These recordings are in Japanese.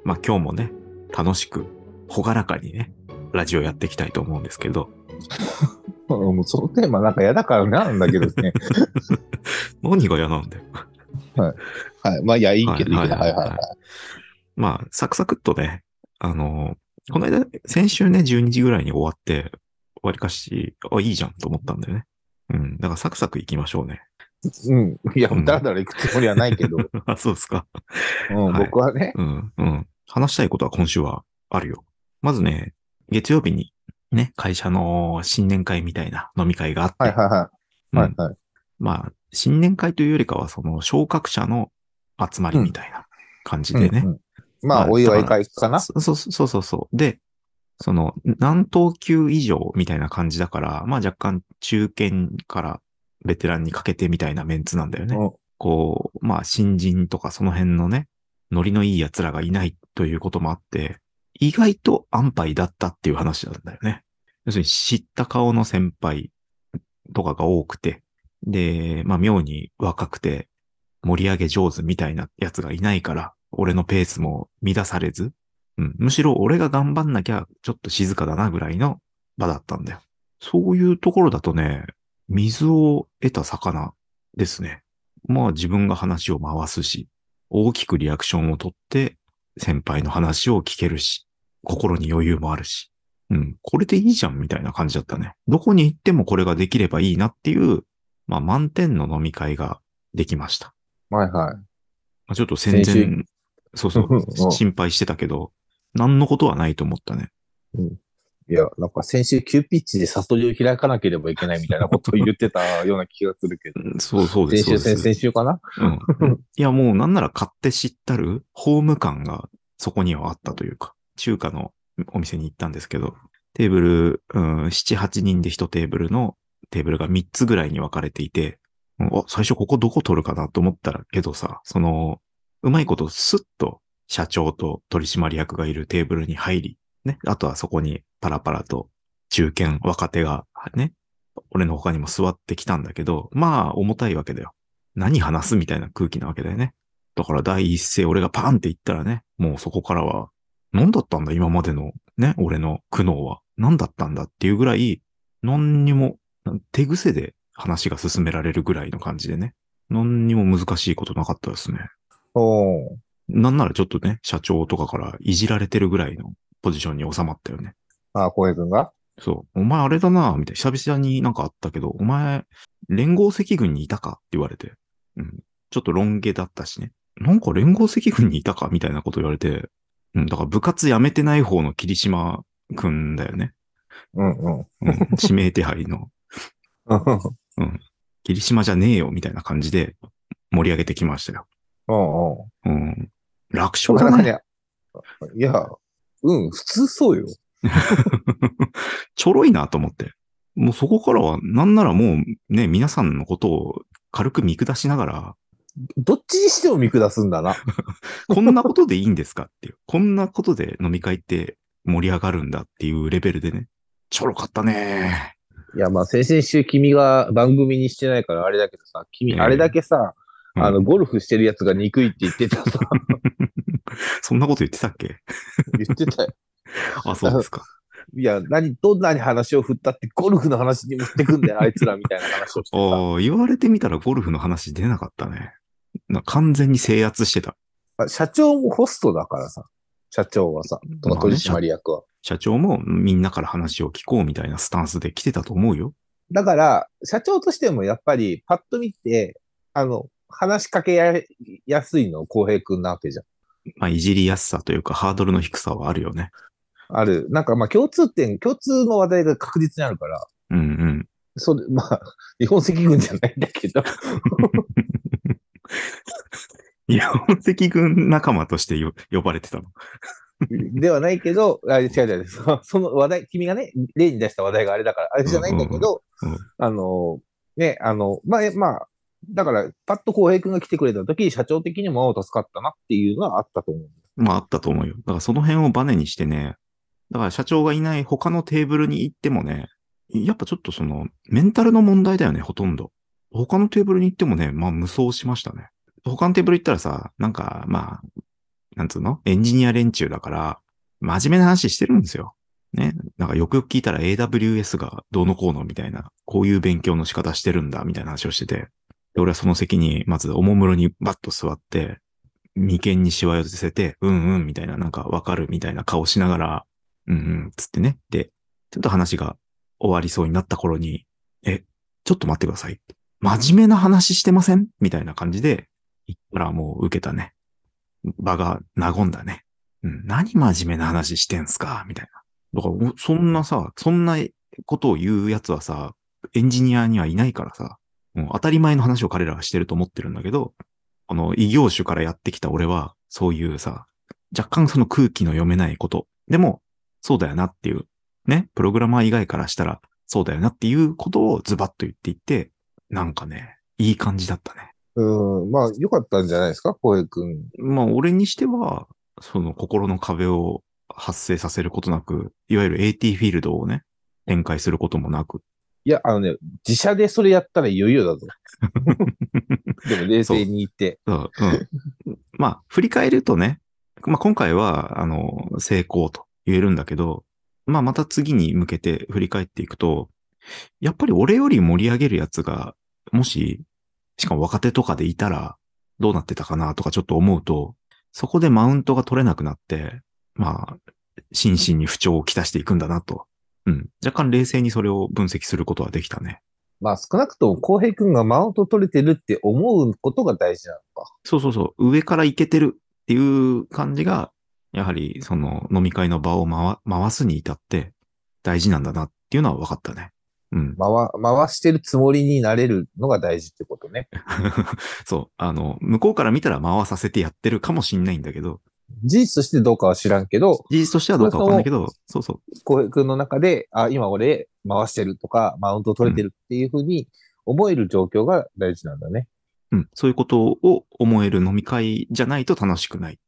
まあ今日もね、楽しく、ほがらかにね、ラジオやっていきたいと思うんですけど。 もうそのテーマなんか嫌だからなんだけどね。 何が嫌なんだよ。 はい。はい。まあ、いや、いいはい、 けど、いいはい、 けど、はいはい、 はいはい。 はい。まあ、サクサクっとね、あの、この間、先週ね、12時ぐらいに終わって、わりかし、いいじゃんと思ったんだよね。うん。だからサクサク行きましょうね。 うん。いや、 うん。 だらだら行くつもりはないけど、 あ、そうですか。 うん、 はい。 僕はね、 うん、うん。話したいことは今週はあるよ。まずね、月曜日にね、会社の新年会みたいな飲み会があって、 はいはいはい。 うん。 はいはい。 まあ、新年会というよりかは、その、昇格者の集まりうん、 みたいな感じうん、うでね。 ん。まあ、 まあ、 お祝いだから、 会かな。 そう。で、その、何等級以上みたいな感じだから、まあ若干中堅からベテランにかけてみたいなメンツなんだよね。 うん。 こう、まあ新人とかその辺のね、ノリのいい奴らがいないということもあって、意外と安牌だったっていう話なんだよね。要するに知った顔の先輩とかが多くて、で、まあ妙に若くて盛り上げ上手みたいなやつがいないから、俺のペースも乱されず、うん、むしろ俺が頑張んなきゃちょっと静かだなぐらいの場だったんだよ。そういうところだとね、水を得た魚ですね。まあ自分が話を回すし、大きくリアクションをとって先輩の話を聞けるし、心に余裕もあるし、うん、これでいいじゃんみたいな感じだったね。どこに行ってもこれができればいいなっていう、まあ満点の飲み会ができました。 はいはい。 まあ、ちょっと戦先週、 前、そううそう、心配してたけど、何のことはないと思ったね。 ん。いや、なんか先週急ピッチで悟りを開かなければいけないみたいなことを言ってたような気がするけど。 そうです、 先週、 そうです。 先々週かな。 うん。いや、もうなんなら買って知ったるホーム感がそこにはあったというか、中華のお店に行ったんですけど、テーブル、うん、7、8人で1テーブルのテーブルが3つぐらいに分かれていて、最初ここどこ取るかなと思ったらけどさ、その、うまいことスッと社長と取締役がいるテーブルに入り、ね、あとはそこにパラパラと中堅若手がね、俺の他にも座ってきたんだけど、まあ重たいわけだよ。何話すみたいな空気なわけだよね。だから第一声俺がパーンって言ったらね、もうそこからは、何だったんだ今までのね、俺の苦悩は。何だったんだっていうぐらい、何にも、手癖で話が進められるぐらいの感じでね。何にも難しいことなかったですね。 おー。 なんならちょっとね、社長とかからいじられてるぐらいのポジションに収まったよね。 あ、浩平君が。 そう。お前あれだな、みたいな。久々になんかあったけど、お前、連合赤軍にいたかって言われて。うん。ちょっとロン毛だったしね。なんか連合赤軍にいたかみたいなこと言われて。うん。だから部活辞めてない方の霧島くんだよね。 うんうん。 うん。指名手配の。 うんうん。霧島じゃねえよ、みたいな感じで盛り上げてきましたよ。 うんうん。 うん。楽勝だね。 なかなかね、いや、うん、普通そうよ。 ちょろいなと思って。もうそこからは、なんならもうね、皆さんのことを軽く見下しながら、 どっちにしても見下すんだな。 こんなことでいいんですかっていう。こんなことで飲み会って盛り上がるんだっていうレベルでね。ちょろかったね。 いや、まあ、先々週君が番組にしてないからあれだけどさ、君、あれだえけさ、 うん。 ゴルフしてるやつが憎いって言ってたさ、 そんなこと言ってたっけ？ 言ってたよ。 あ、そうですか。 いや、どんなに話を振ったってゴルフの話に持ってくんだよ、あいつらみたいな話をしてさ。 ああ、言われてみたらゴルフの話出なかったね。完全に制圧してた。 社長もホストだからさ、社長はさ、とか取まあね、 締役は。 社長もみんなから話を聞こうみたいなスタンスで来てたと思うよ。 だから、社長としてもやっぱり、パッと見て、話しかけやすいの、浩平くんなわけじゃん。 まあ、いじりやすさというかハードルの低さはあるよね。 ある。なんかまあ共通の話題が確実にあるから、 うんうん。 まあ、日本赤軍じゃないんだけど、 日本赤軍仲間として呼ばれてたの。 ではないけど、違う。その話題、君がね、例に出した話題があれだから、あれうんじゃないんだけど、 うんうん。 あの、まあ、だから、パッと浩平君が来てくれた時、社長的にも助かったなっていうのはあったと思う。 まああったと思うよ。だからその辺をバネにしてね、だから社長がいない他のテーブルに行ってもね、やっぱちょっとその、メンタルの問題だよね、ほとんど。他のテーブルに行ってもね、まあ無双しましたね。他のテーブル行ったらさ、なんか、まあ、 なんつうのエンジニア連中だから、真面目な話してるんですよ。ね。なんかよくよく聞いたら AWS がどうのこうのみたいな、こういう勉強の仕方してるんだみたいな話をしてて、で俺はその席にまずおもむろにバッと座って、眉間にしわ寄せて、うんうんみたいな、なんかわかるみたいな顔しながら、うんうんつってね。で、ちょっと話が終わりそうになった頃に、ちょっと待ってください。真面目な話してませんみたいな感じで、言ったらもう受けたね。場が和んだね。うん、何真面目な話してんすかみたいな。だから、そんなさ、そんなことを言うやつはさ、エンジニアにはいないからさ、もう当たり前の話を彼らはしてると思ってるんだけど、異業種からやってきた俺は、そういうさ、若干その空気の読めないこと。でも、そうだよなっていう、ね、プログラマー以外からしたら、そうだよなっていうことをズバッと言っていって、なんかね、いい感じだったね。 まあ、良かったんじゃないですか、浩平くん。 まあ、俺にしては、その心の壁を発生させることなく、いわゆる AT フィールドをね、展開することもなく。 いや、自社でそれやったらいよいよだぞ。でも冷そう、 静に言って。 うん。まあ、振り返るとね、まあ今回は、成功と言えるんだけど、まあまた次に向けて振り返っていくと、やっぱり俺より盛り上げるやつが、もし、しかも若手とかでいたら、どうなってたかなとかちょっと思うと、そこでマウントが取れなくなって、まあ、心身に不調をきたしていくんだなと。うん。若干冷静にそれを分析することはできたね。 まあ、少なくとも浩平くんがマウント取れてるって思うことが大事なのか。 そうそうそう。上からいけてるっていう感じが、やはりその飲み会の場を回すに至って大事なんだなっていうのは分かったね。うん。 回してるつもりになれるのが大事ってことね。 そう。向こうから見たら回させてやってるかもしんないんだけど、 事実としてどうかは知らんけど、 事実としてはどうかわかんないけど、そうそ浩平くんの中で、あ、今俺回してるとか、マウントう。 取れてるっていうふうに思える状況が大事なんだね。 うん。そういうことを思える飲み会じゃないと楽しくない。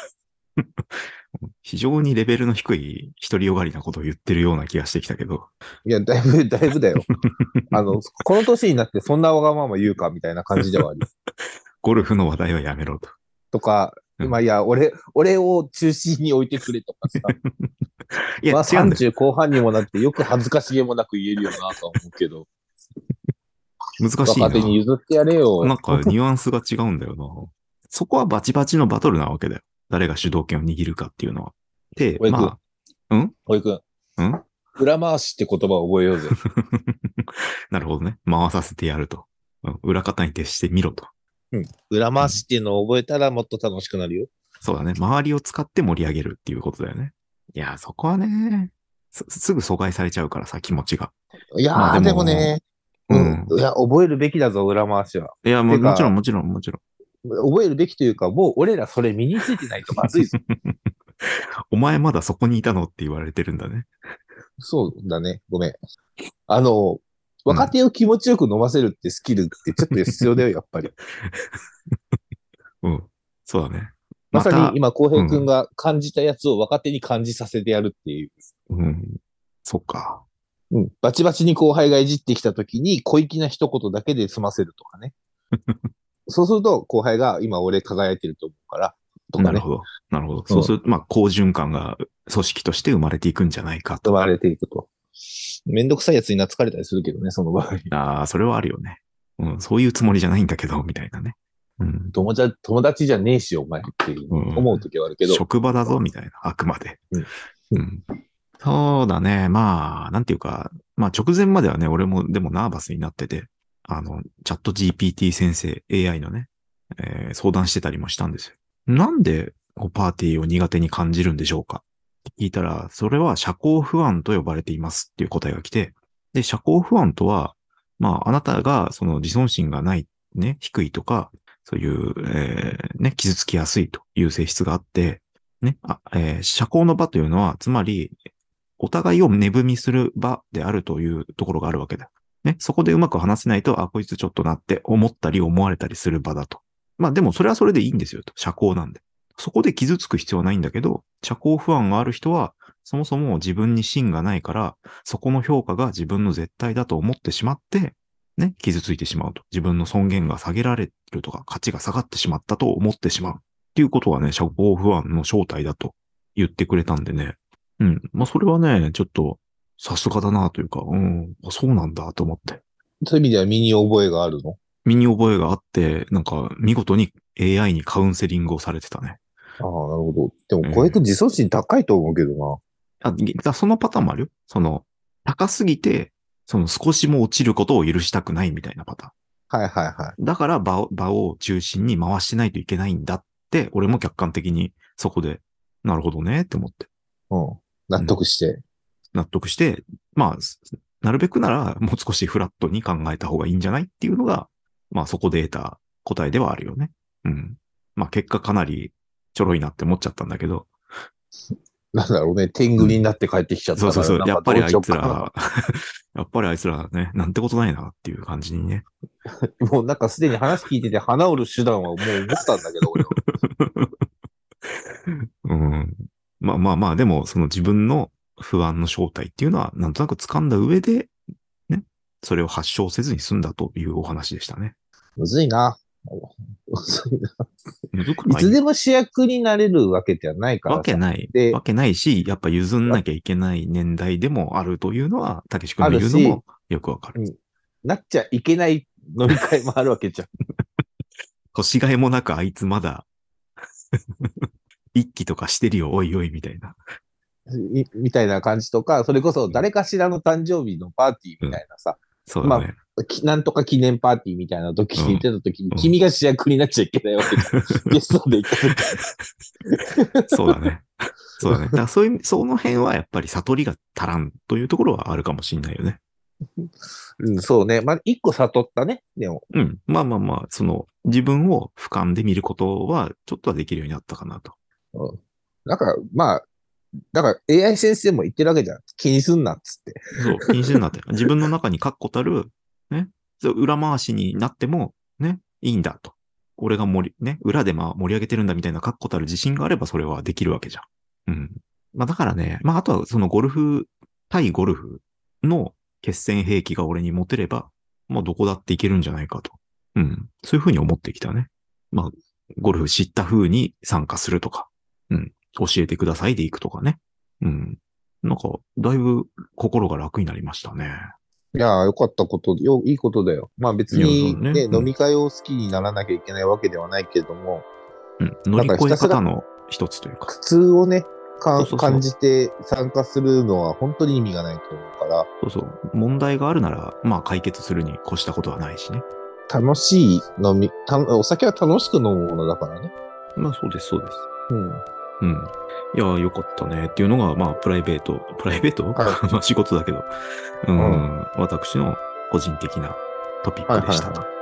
非常にレベルの低い独りよがりなことを言ってるような気がしてきたけど。 いや、だいぶだよ。この年になってそんなわがまま言うかみたいな感じではある。 ゴルフの話題はやめろと。 とか、 うん、 まあいや、俺を中心に置いてくれとかさ。 いや、 まあ違うんだよ。 30後半にもなってよく恥ずかしげもなく言えるよなとは思うけど、 難しい若手にな。 譲ってやれよ。 なんかニュアンスが違うんだよな。そこはバチバチのバトルなわけだよ。誰が主導権を握るかっていうのは。で、 おいくん、 まあ、 おいくん、 ん裏回しって言葉を覚えようぜ。 なるほどね。回させてやると。裏方に徹してみろと。 うん。裏うん、 回しっていうのを覚えたらもっと楽しくなるよ。 そうだね。周りを使って盛り上げるっていうことだよね。いや、そこはね、すぐ阻害されちゃうからさ、気持ちが。まあでいやー、でもも、 ね、 うん。 いや、覚えるべきだぞ、裏回しは。 いや、もちろん、 てか、 もちろん、もちろん。 覚えるべきというか、もう俺らそれ身についてないとまずいぞ。 お前まだそこにいたのって言われてるんだね。 そうだね。ごめん。あの、 うん。 若手を気持ちよく飲ませるってスキルってちょっと必要だよ、やっぱり。 うん。そうだね。 ままた、 さに今、浩平君うん。 が感じたやつを若手に感じさせてやるっていう。 うん。そっか。 うん。バチバチに後輩がいじってきた時に小粋な一言だけで済ませるとかね。そうすると後輩が今俺輝いてると思うから、とかね。 なるほど。なるほど。 うん。 そうすると、まあ、好循環が組織として生まれていくんじゃないかと。 生まれていくと。めんどくさいやつに懐かれたりするけどね、その場合。 ああ、それはあるよね。うん。そういうつもりじゃないんだけど、みたいなね。うん。 友達じゃねえし、お前っていううん。 思う時はあるけど。 職場だぞ、みたいな。あくまで。 うん。うん。 うん。そうだね。まあ、なんていうか、まあ直前まではね、俺もでもナーバスになってて、チャット GPT 先生、AI のね、相談してたりもしたんですよ。なんで、パーティーを苦手に感じるんでしょうかって聞いたら、それは社交不安と呼ばれていますっていう答えが来て、で、社交不安とは、まあ、あなたがその自尊心がない、ね、低いとか、そういう、ね、傷つきやすいという性質があって、ね、社交の場というのは、つまり、お互いを値踏みする場であるというところがあるわけだ。ね、そこでうまく話せないと、あ、こいつちょっとなって思ったり思われたりする場だと。まあでもそれはそれでいいんですよと。社交なんで。そこで傷つく必要はないんだけど、社交不安がある人は、そもそも自分に芯がないから、そこの評価が自分の絶対だと思ってしまって、ね、傷ついてしまうと。自分の尊厳が下げられるとか、価値が下がってしまったと思ってしまう。っっていうことはね、社交不安の正体だと言ってくれたんでね。うん。まあ、それはね、ちょっと、さすがだなというか、うん、そうなんだと思って。 そういう意味では身に覚えがあるの？ 身に覚えがあって、なんか、見事に AI にカウンセリングをされてたね。 ああ、なるほど。でも、 うん。 こうやって自尊心高いと思うけどそのパターンもあるよ。高すぎて、少しも落ちることを許したくないみたいなパターン。 な。はいはいはい。 だから場を中心に回してないといけないんだって、俺も客観的にそこで、なるほどねって思って。 うん。納うん。 得して。 納得して、まあ、なるべくならもう少しフラットに考えた方がいいんじゃないっていうのが、まあそこで得た答えではあるよね。うん。まあ結果かなりちょろいなって思っちゃったんだけど、 なんだろうね。天狗にうん。 なって帰ってきちゃったから、 そうそうそう。 なんかどうやっぱりあいしよっかな。 つらやっぱりあいつらね、なんてことないなっていう感じにね。 もうなんかすでに話聞いてて鼻折る手段はもう思ったんだけど、俺は。 うん。まあまあまあ、でもその自分の不安の正体っていうのはなんとなく掴んだ上で、ね、それを発症せずに済んだというお話でしたね。 むずいな。むずいな。 むずくいつでないよ。 も主役になれるわけではないからさ。で、 わけないし、やっぱ譲んあなきゃいけない年代でもあるというのは、たけし君あのるし、 言うのもよくわかる。 うん、なっちゃいけない飲み会もあるわけじゃん。 年がいもなくあいつまだ一気とかしてるよ、おいおい、みたいな。 みたいな感じとか、それこそうん。 誰かしらの誕生日のパーティーみうん。 たいなさ、まそうだね。 あ、なんとか記念パーティーみたいな時うん。 に出た時に、 うん。 君が主役になっちゃいけないわけじゃん。ゲストで行った時に。 そうだね。そうだね。だからそういう、その辺はやっぱり悟りが足らんというところはあるかもしれないよね。 うん、そうね。まあ、一個悟ったね。でも、 うん。まあまあまあ、自分を俯瞰で見ることは、ちょっとはできるようになったかなと。 うん。なんか、まあ、だから AI 先生も言ってるわけじゃん。気にすんなっつって。 そう、気にするなって。自分の中に確固たる、ね、裏回しになっても、ね、いいんだと。俺が裏でまあ盛り上げてるんだみたいな確固たる自信があればそれはできるわけじゃん。うん。まあだからね、まああとはその対ゴルフの決戦兵器が俺に持てれば、もうどこだっていけるんじゃないかと。うん。そういうふうに思ってきたね。まあ、ゴルフ知った風に参加するとか、うん。教えてくださいで行くとかね。うん。なんか、だいぶ心が楽になりましたね。 いやー、よかったこと、いいことだよ。まあ別いや、そうにね、 ね。うん。 飲み会を好きにならなきゃいけないわけではないけれども、 うん。乗だり越えからひたすら方の一つというか。 苦痛をね、感そうそうそう。 じて参加するのは本当に意味がないと思うから、 そうそう。問題があるなら、まあ解決するに越したことはないしね。 楽しいお酒は楽しく飲むものだからね。 まあそうです、そうです。 うん。 うん。いや、よかったねっていうのが、まあプライベートはい。 まあ仕事だけど、ううん。 ん。私の個人的なトピッはいクでしたと。 はいはい。